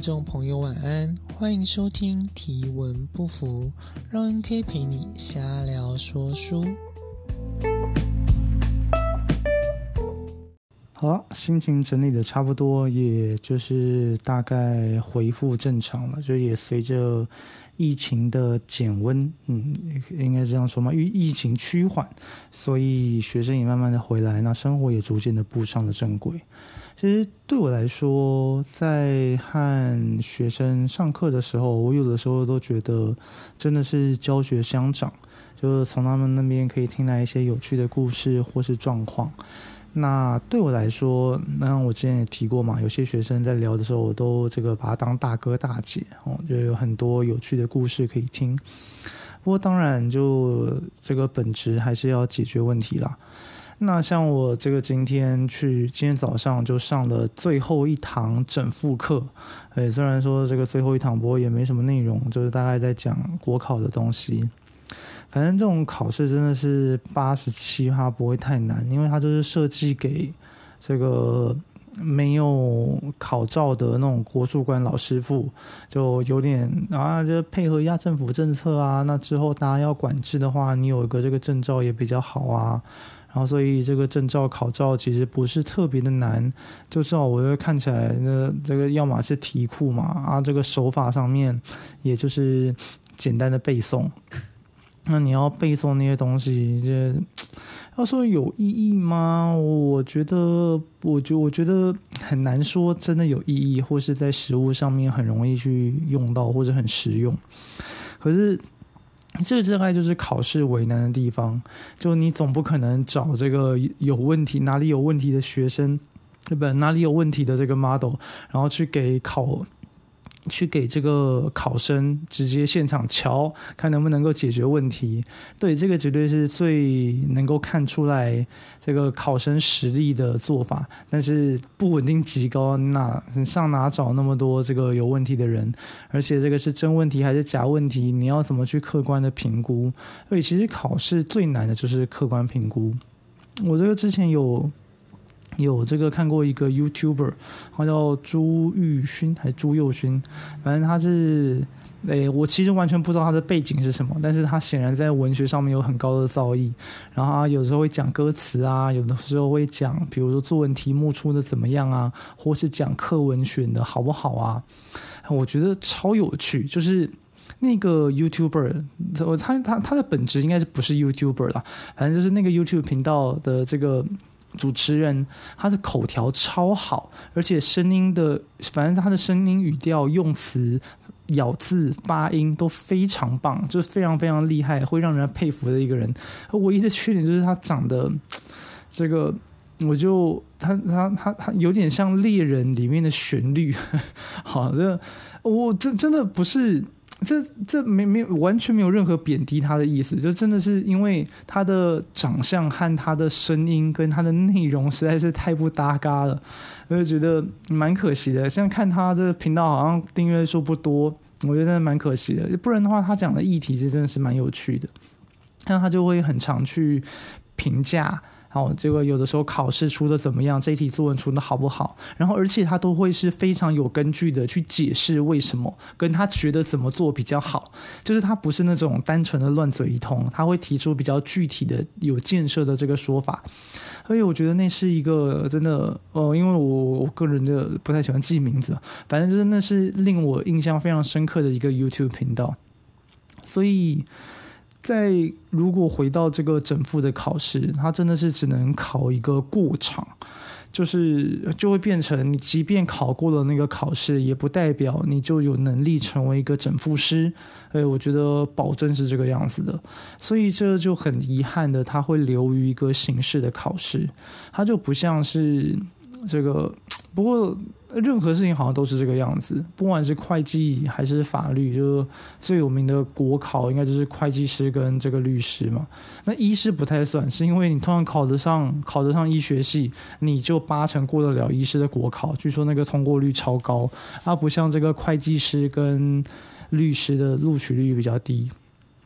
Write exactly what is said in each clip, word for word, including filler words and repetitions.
众朋友晚安，欢迎收听提文不符，让 N K 陪你瞎聊说书。 好了，心情整理的差不多，也就是大概恢复正常了，就也随着疫情的减温，嗯，应该这样说嘛，因为疫情趋缓，所以学生也慢慢的回来，那生活也逐渐的步上了正轨。其实对我来说，在和学生上课的时候，我有的时候都觉得真的是教学相长，就是从他们那边可以听来一些有趣的故事或是状况。那对我来说，那我之前也提过嘛，有些学生在聊的时候，我都这个把他当大哥大姐哦，就有很多有趣的故事可以听。不过当然，就这个本质还是要解决问题啦。那像我这个今天去，今天早上就上了最后一堂整复课，诶，虽然说这个最后一堂，不过也没什么内容，就是大概在讲国考的东西。反正这种考试真的是八十七趴不会太难，因为它就是设计给这个没有考照的那种国术馆老师傅，就有点啊，就配合一下政府政策啊。那之后大家要管制的话，你有一个这个证照也比较好啊。然后所以这个证照考照其实不是特别的难，就至少我会看起来那这个要么是题库嘛，啊，这个手法上面也就是简单的背诵。那你要背诵那些东西，这要说有意义吗？我觉得，我觉我觉得很难说真的有意义，或是在实务上面很容易去用到，或者很实用。可是这大概就是考试为难的地方，就你总不可能找这个有问题、哪里有问题的学生，对不对？哪里有问题的这个 model， 然后去给考。去给这个考生直接现场瞧，看能不能够解决问题。对，这个绝对是最能够看出来这个考生实力的做法。但是不稳定极高，哪上哪找那么多这个有问题的人？而且这个是真问题还是假问题？你要怎么去客观的评估？所以其实考试最难的就是客观评估。我这个之前有。有这个看过一个 YouTuber， 他叫朱玉勋还是朱佑勋，反正他是，诶，我其实完全不知道他的背景是什么，但是他显然在文学上面有很高的造诣。然后他有时候会讲歌词啊，有的时候会讲，比如说作文题目出的怎么样啊，或是讲课文选的好不好啊，我觉得超有趣，就是。那个 YouTuber， 他他他的本质应该是不是 YouTuber 啦，反正就是那个 YouTube 频道的这个主持人，他的口条超好，而且声音的，反正他的声音语调、用词、咬字、发音都非常棒，就是非常非常厉害，会让人佩服的一个人。唯一的缺点就是他长得这个。我就他他他他有点像猎人里面的旋律，好，这我这真的不是。这这没没完全没有任何贬低他的意思，就真的是因为他的长相和他的声音跟他的内容实在是太不搭嘎了，我就觉得蛮可惜的。现在看他的频道好像订阅数不多，我觉得真的蛮可惜的。不然的话，他讲的议题真的是蛮有趣的，那他就会很常去评价。然后这个有的时候考试出的怎么样，这一题作文出的好不好，然后而且他都会是非常有根据的去解释为什么，跟他觉得怎么做比较好，就是他不是那种单纯的乱嘴一通，他会提出比较具体的有建设的这个说法。所以我觉得那是一个真的呃，因为我我个人的不太喜欢记名字，反正就是那是令我印象非常深刻的一个 YouTube 频道。所以在如果回到这个整复的考试，它真的是只能考一个过场，就是就会变成你即便考过了那个考试，也不代表你就有能力成为一个整复师。哎，我觉得保证是这个样子的，所以这就很遗憾的，它会流于一个形式的考试，它就不像是这个。不过任何事情好像都是这个样子，不管是会计还是法律，就最有名的国考应该就是会计师跟这个律师嘛。那医师不太算，是因为你通常考得上考得上医学系，你就八成过得了医师的国考，据说那个通过率超高，它不像这个会计师跟律师的录取率比较低。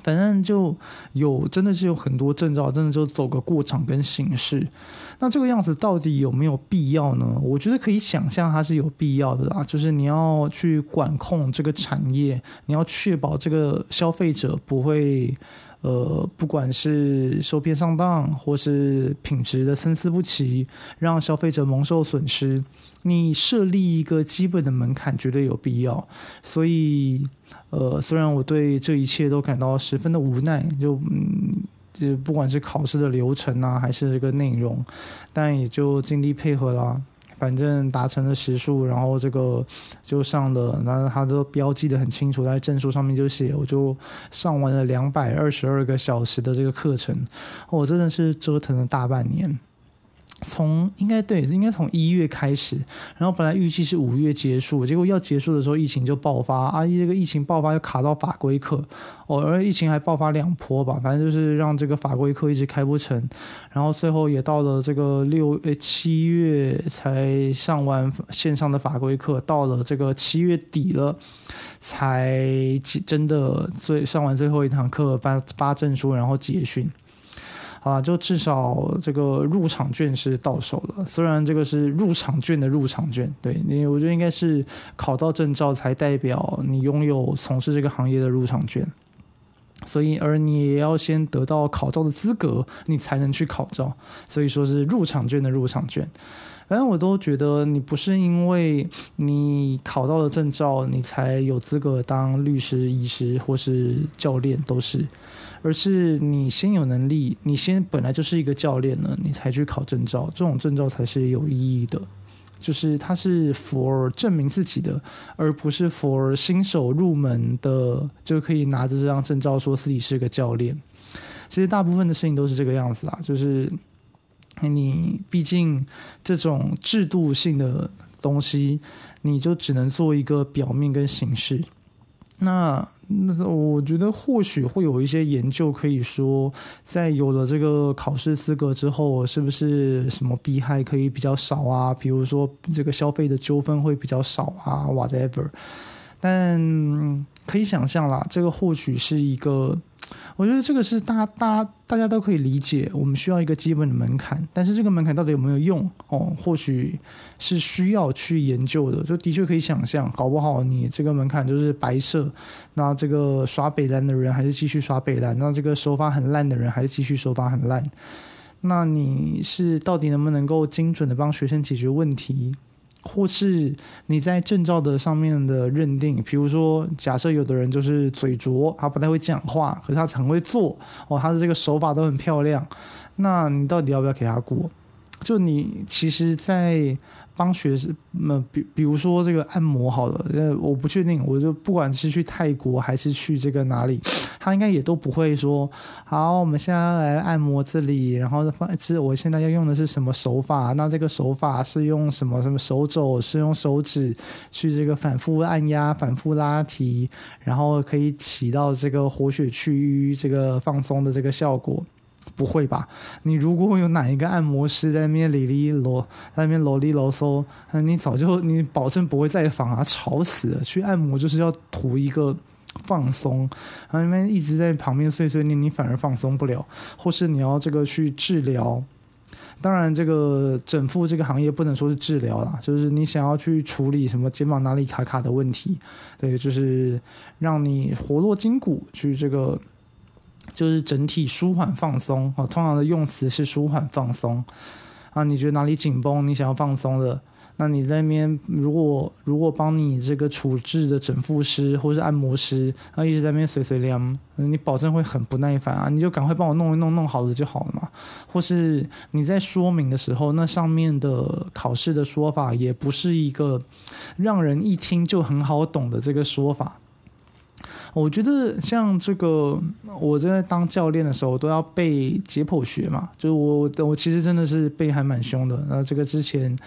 反正就有真的是有很多证照，真的就走个过场跟形式。那这个样子到底有没有必要呢？我觉得可以想象它是有必要的啦，就是你要去管控这个产业，你要确保这个消费者不会呃，不管是受骗上当或是品质的参差不齐，让消费者蒙受损失，你设立一个基本的门槛绝对有必要。所以呃，虽然我对这一切都感到十分的无奈，就嗯，就不管是考试的流程啊，还是这个内容，但也就尽力配合啦。反正达成了时数，然后这个就上了，那他都标记得很清楚，在证书上面就写，我就上完了两百二十二个小时的这个课程，我真的是折腾了大半年。从应该对，应该从一月开始，然后本来预计是五月结束，结果要结束的时候疫情就爆发啊！这个疫情爆发又卡到法规课哦，而疫情还爆发两波吧，反正就是让这个法规课一直开不成，然后最后也到了这个六诶七月才上完线上的法规课，到了这个七月底了，才真的最上完最后一堂课，发发证书，然后结训。啊，就至少这个入场券是到手了，虽然这个是入场券的入场券，对，你我觉得应该是考到证照才代表你拥有从事这个行业的入场券，所以而你也要先得到考照的资格，你才能去考照，所以说是入场券的入场券。反正我都觉得你不是因为你考到了证照你才有资格当律师、医师或是教练，都是，而是你先有能力，你先本来就是一个教练了，你才去考证照，这种证照才是有意义的，就是它是 for 证明自己的，而不是 for 新手入门的就可以拿着这张证照说自己是个教练。其实大部分的事情都是这个样子啦，就是你毕竟这种制度性的东西，你就只能做一个表面跟形式。那那我觉得或许会有一些研究可以说，在有了这个考试资格之后，是不是什么弊害可以比较少啊？比如说这个消费的纠纷会比较少啊 ，whatever。但可以想象啦，这个或许是一个。我觉得这个是大大大家都可以理解，我们需要一个基本的门槛，但是这个门槛到底有没有用哦？或许是需要去研究的。就的确可以想象，搞不好你这个门槛就是白设，那这个刷北烂的人还是继续刷北烂，那这个手法很烂的人还是继续手法很烂。那你是到底能不能够精准的帮学生解决问题？或是你在证照的上面的认定，比如说假设有的人就是嘴拙，他不太会讲话，可是他很会做哦，他的这个手法都很漂亮，那你到底要不要给他过？就你其实在帮学生，呃，比比如说这个按摩好了，呃，我不确定，我就不管是去泰国还是去这个哪里，他应该也都不会说，好，我们现在来按摩这里，然后这我现在要用的是什么手法？那这个手法是用什么什么手肘，是用手指去这个反复按压、反复拉提，然后可以起到这个活血去瘀、这个放松的这个效果。不会吧？你如果有哪一个按摩师在那边里里啰，在那边啰里啰嗦，你早就你保证不会再访啊，吵死了！去按摩就是要图一个放松，然后那边一直在旁边碎碎念，你反而放松不了。或是你要这个去治疗，当然这个整复这个行业不能说是治疗啦，就是你想要去处理什么肩膀哪里卡卡的问题，对，就是让你活络筋骨，去这个。就是整体舒缓放松、哦、通常的用词是舒缓放松啊。你觉得哪里紧绷，你想要放松的，那你在那边如果如果帮你这个处置的整复师或是按摩师，啊一直在那边随随凉，你保证会很不耐烦啊。你就赶快帮我弄一弄，弄好了就好了嘛。或是你在说明的时候，那上面的考试的说法也不是一个让人一听就很好懂的这个说法。我觉得像这个，我在当教练的时候都要背解剖学嘛，就是我我其实真的是背还蛮凶的。那这个之前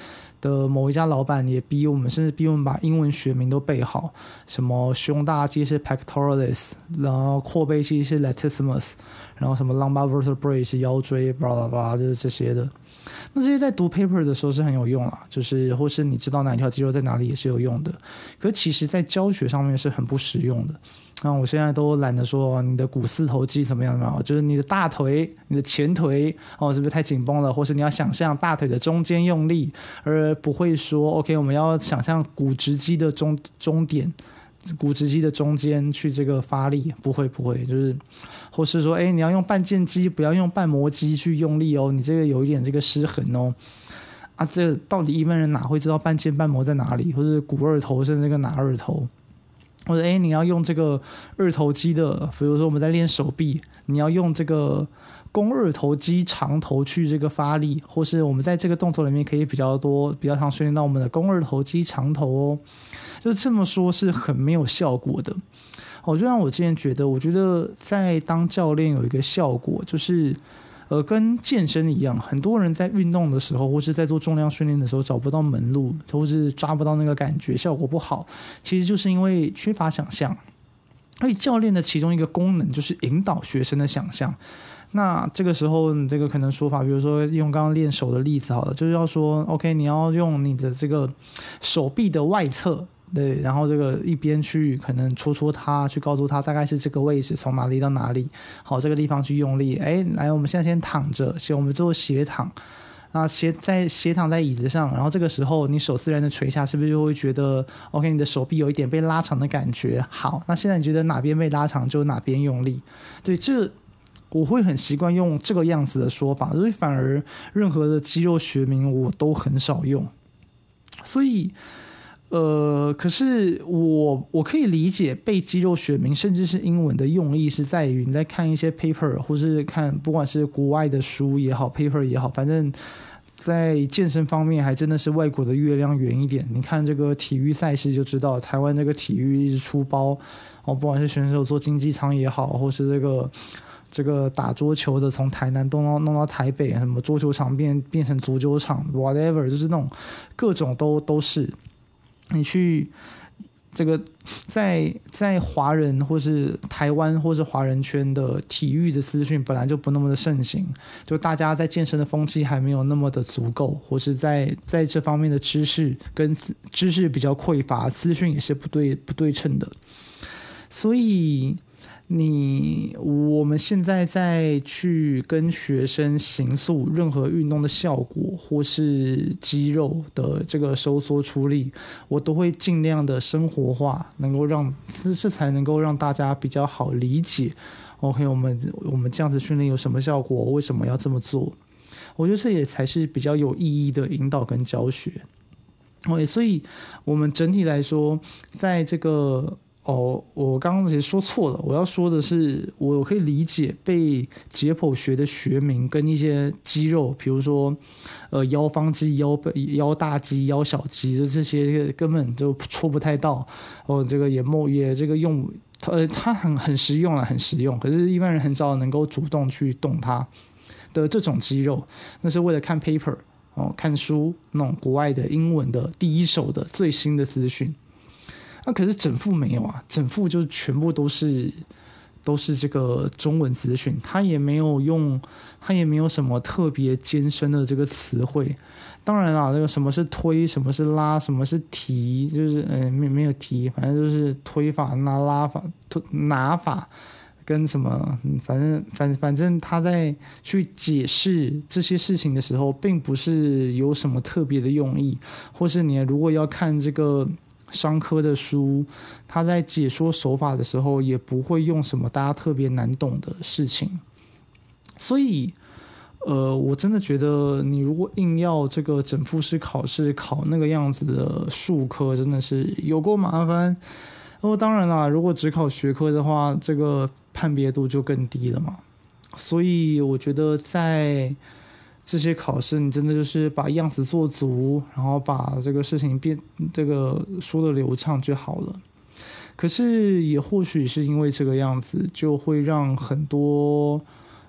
的某一家老板也逼我们，甚至逼我们把英文学名都背好，什么胸大肌是 pectoralis， 然后阔背肌是 latissimus， 然后什么 lumbar vertebrae 是腰椎，巴拉巴拉，就是这些的。那这些在读 paper 的时候是很有用啦，就是或是你知道哪一条肌肉在哪里也是有用的，可其实在教学上面是很不实用的。那我现在都懒得说你的股四头肌怎么样嘛，就是你的大腿、你的前腿哦，是不是太紧绷了？或是你要想象大腿的中间用力，而不会说 OK， 我们要想象股直肌的中中点。股直肌的中间去这个发力，不会不会，就是或是说，哎，你要用半腱肌，不要用半膜肌去用力哦，你这个有一点这个失衡哦。啊，这到底一般人哪会知道半腱半膜在哪里，或者股二头甚至这个哪二头，或者哎，你要用这个二头肌的，比如说我们在练手臂，你要用这个肱二头肌长头去这个发力，或是我们在这个动作里面可以比较多、比较常训练到我们的肱二头肌长头哦。就这么说是很没有效果的。哦，就像我之前觉得，我觉得在当教练有一个效果，就是呃，跟健身一样，很多人在运动的时候，或是在做重量训练的时候找不到门路，或是抓不到那个感觉，效果不好，其实就是因为缺乏想象。所以教练的其中一个功能就是引导学生的想象。那这个时候你这个可能说法，比如说用刚刚练手的例子好了，就是要说 OK， 你要用你的这个手臂的外侧，对，然后这个一边去可能戳戳它，去告诉他大概是这个位置，从哪里到哪里，好，这个地方去用力。哎，来，我们现在先躺着，先我们做斜躺，啊，斜在斜躺在椅子上，然后这个时候你手自然的垂下，是不是就会觉得 OK， 你的手臂有一点被拉长的感觉？好，那现在你觉得哪边被拉长就哪边用力。对，这我会很习惯用这个样子的说法，所以反而任何的肌肉学名我都很少用。所以呃，可是我我可以理解背肌肉学名甚至是英文的用意是在于你在看一些 paper， 或是看不管是国外的书也好 paper 也好，反正在健身方面还真的是外国的月亮圆一点。你看这个体育赛事就知道，台湾这个体育一直出包哦，不管是选手做经济舱也好，或是这个这个打桌球的从台南弄到弄到台北，什么桌球场变变成足球场 whatever， 就是那种各种都都是。你去这个在在华人或是台湾或是华人圈的体育的资讯本来就不那么的盛行，就大家在健身的风气还没有那么的足够，或是在在这方面的知识跟知识比较匮乏，资讯也是不对不对称的。所以你我们现在在去跟学生形塑任何运动的效果或是肌肉的这个收缩出力，我都会尽量的生活化，能够让这才能够让大家比较好理解 OK 我们我们这样子训练有什么效果，为什么要这么做。我觉得这也才是比较有意义的引导跟教学。 OK， 所以我们整体来说在这个哦，我刚刚其实说错了，我要说的是我可以理解被解剖学的学名跟一些肌肉，比如说呃腰方肌、腰腰大肌、腰小肌，就这些根本就戳不太到哦，这个也莫也这个用呃它很很实用啊，很实用，可是一般人很少能够主动去动它的这种肌肉，那是为了看 paper 哦，看书那种国外的英文的第一手的最新的资讯。那、啊、可是整副没有啊，整副就全部都是都是这个中文资讯，它也没有用，它也没有什么特别艰深的这个词汇。当然啦，这个什么是推，什么是拉，什么是提，就是嗯没没有提，反正就是推法、拿拉法、拿法跟什么，反正反反正他在去解释这些事情的时候，并不是有什么特别的用意，或是你如果要看这个商科的书，他在解说手法的时候也不会用什么大家特别难懂的事情。所以呃，我真的觉得你如果硬要这个整复式考试考那个样子的术科，真的是有够麻烦。哦，当然啦，如果只考学科的话，这个判别度就更低了嘛。所以我觉得在这些考试，你真的就是把样子做足，然后把这个事情变这个说的流畅就好了。可是也或许是因为这个样子，就会让很多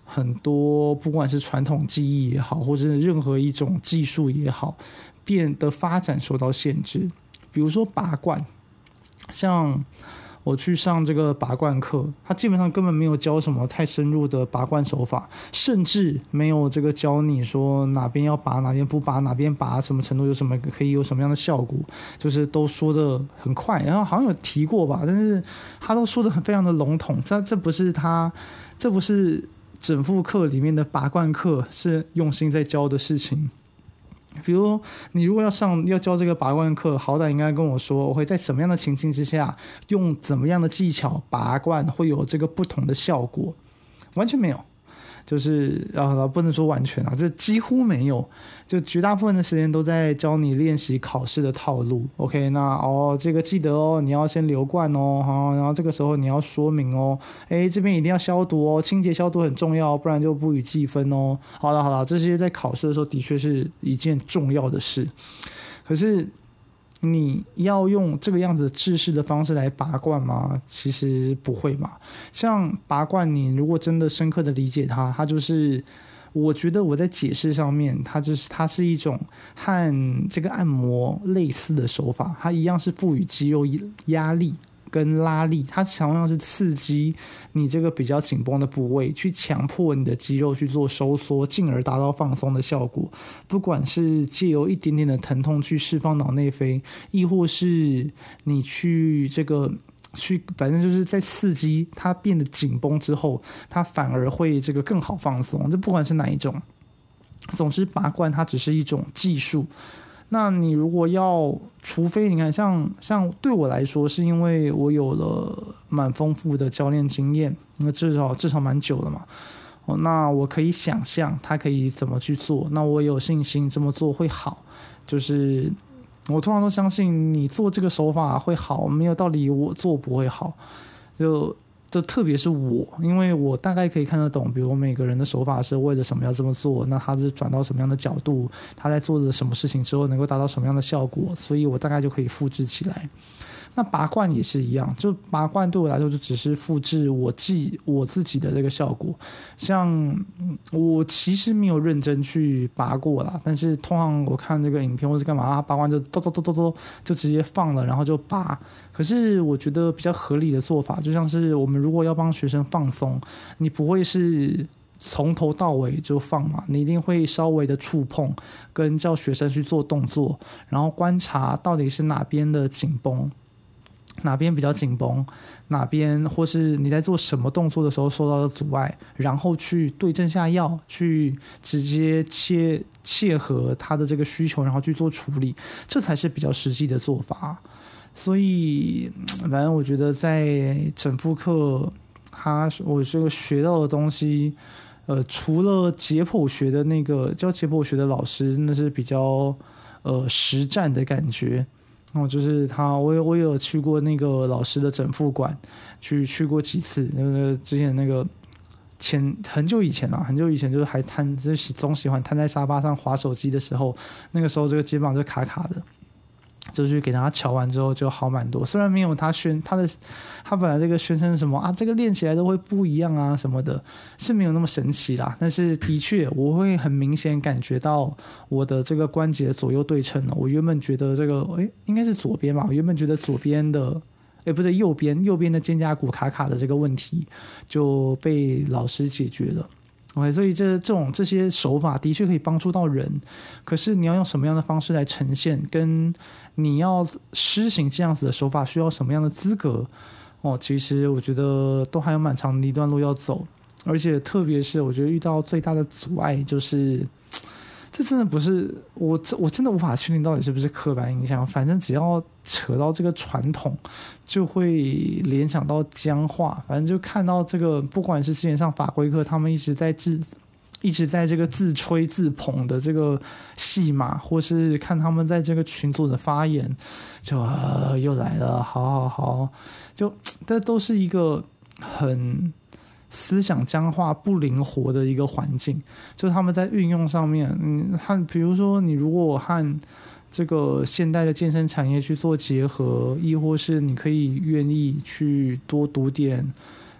很多不管是传统技艺也好，或者是任何一种技术也好，变得发展受到限制。比如说拔罐，像我去上这个拔罐课，他基本上根本没有教什么太深入的拔罐手法，甚至没有这个教你说哪边要拔哪边不拔，哪边拔什么程度有什么可以有什么样的效果，就是都说的很快，然后好像有提过吧，但是他都说的很非常的笼统，这这不是他这不是整副课里面的拔罐课是用心在教的事情。比如你如果要上要教这个拔罐课，好歹应该跟我说我会在什么样的情境之下用怎么样的技巧拔罐会有这个不同的效果，完全没有，就是啊，不能说完全啊，这几乎没有，就绝大部分的时间都在教你练习考试的套路。 OK， 那哦这个记得哦，你要先留罐哦，好，然后这个时候你要说明哦，诶这边一定要消毒哦，清洁消毒很重要，不然就不予计分哦。好了好了，这些在考试的时候的确是一件重要的事，可是你要用这个样子的制式的方式来拔罐吗？其实不会嘛。像拔罐，你如果真的深刻的理解它，它就是我觉得我在解释上面，它就是它是一种和这个按摩类似的手法，它一样是赋予肌肉压力跟拉力，它同样是刺激你这个比较紧绷的部位，去强迫你的肌肉去做收缩，进而达到放松的效果。不管是借由一点点的疼痛去释放脑内啡，亦或是你去这个去，反正就是在刺激它变得紧绷之后，它反而会这个更好放松。这不管是哪一种，总之拔罐它只是一种技术。那你如果要，除非你看像像对我来说，是因为我有了蛮丰富的教练经验，那至少至少蛮久了嘛，哦，那我可以想象他可以怎么去做，那我有信心这么做会好。就是我通常都相信你做这个手法会好，没有道理我做不会好。就就特别是我，因为我大概可以看得懂，比如每个人的手法是为了什么要这么做，那他是转到什么样的角度，他在做了什么事情之后能够达到什么样的效果，所以我大概就可以复制起来。那拔罐也是一样，就拔罐对我来说就只是复制我记我自己的这个效果。像我其实没有认真去拔过啦，但是通常我看这个影片或是干嘛，拔罐就咚咚咚咚咚就直接放了，然后就拔。可是我觉得比较合理的做法，就像是我们如果要帮学生放松，你不会是从头到尾就放嘛，你一定会稍微的触碰，跟叫学生去做动作，然后观察到底是哪边的紧绷，哪边比较紧绷，哪边或是你在做什么动作的时候受到的阻碍，然后去对症下药，去直接切切合他的这个需求，然后去做处理，这才是比较实际的做法。所以反正我觉得在整副课他我这个学到的东西，呃，除了解剖学的那个教解剖学的老师那是比较呃实战的感觉。哦，就是他，我有我有去过那个老师的整复馆，去去过几次。那个之前那个前很久以前啊，很久以前就是还瘫，就是总喜欢瘫在沙发上滑手机的时候，那个时候这个肩膀就卡卡的，就去给他瞧完之后就好蛮多。虽然没有他宣他的他本来这个宣称什么啊，这个练起来都会不一样啊什么的，是没有那么神奇啦。但是的确我会很明显感觉到我的这个关节左右对称了。我原本觉得这个诶应该是左边吧，我原本觉得左边的诶不对右边右边的肩胛骨卡卡的这个问题就被老师解决了。OK， 所以这这种这些手法的确可以帮助到人，可是你要用什么样的方式来呈现，跟你要施行这样子的手法需要什么样的资格哦，其实我觉得都还有蛮长的一段路要走。而且特别是我觉得遇到最大的阻碍就是，这真的不是我我真的无法确定到底是不是刻板印象，反正只要扯到这个传统就会联想到僵化。反正就看到这个不管是之前上法规课他们一直在自一直在这个自吹自捧的这个戏码，或是看他们在这个群组的发言，就、呃、又来了，好好好，就这都是一个很思想僵化不灵活的一个环境。就他们在运用上面，嗯，和比如说你如果和这个现代的健身产业去做结合，亦或是你可以愿意去多读点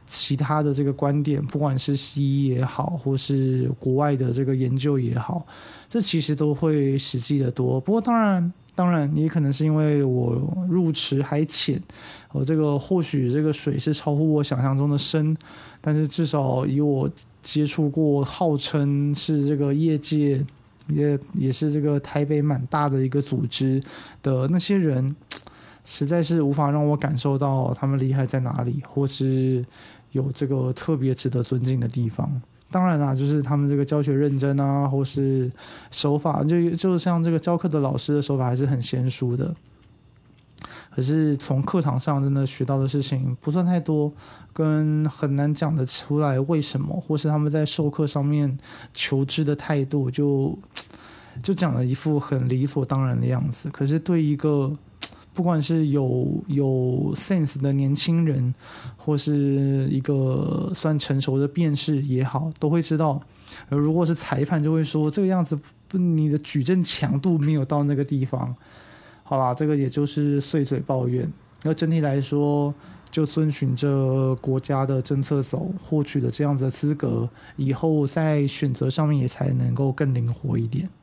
其他的这个观点，不管是西医也好，或是国外的这个研究也好，这其实都会实际的多。不过当然当然也可能是因为我入池还浅，我这个或许这个水是超乎我想象中的深，但是至少以我接触过号称是这个业界也也是这个台北蛮大的一个组织的那些人，实在是无法让我感受到他们厉害在哪里，或是有这个特别值得尊敬的地方。当然啦，就是他们这个教学认真啊，或是手法，就就像这个教课的老师的手法还是很娴熟的。可是从课堂上真的学到的事情不算太多，跟很难讲得出来为什么，或是他们在授课上面求知的态度就就讲了一副很理所当然的样子。可是对一个不管是有有 sense 的年轻人，或是一个算成熟的辩士也好，都会知道，如果是裁判就会说这个样子你的举证强度没有到那个地方。好啦，这个也就是碎碎抱怨。那整体来说，就遵循着国家的政策走，获取了这样子的资格，以后在选择上面也才能够更灵活一点。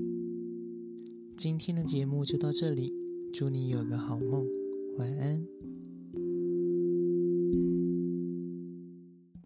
今天的节目就到这里，祝你有个好梦，晚安。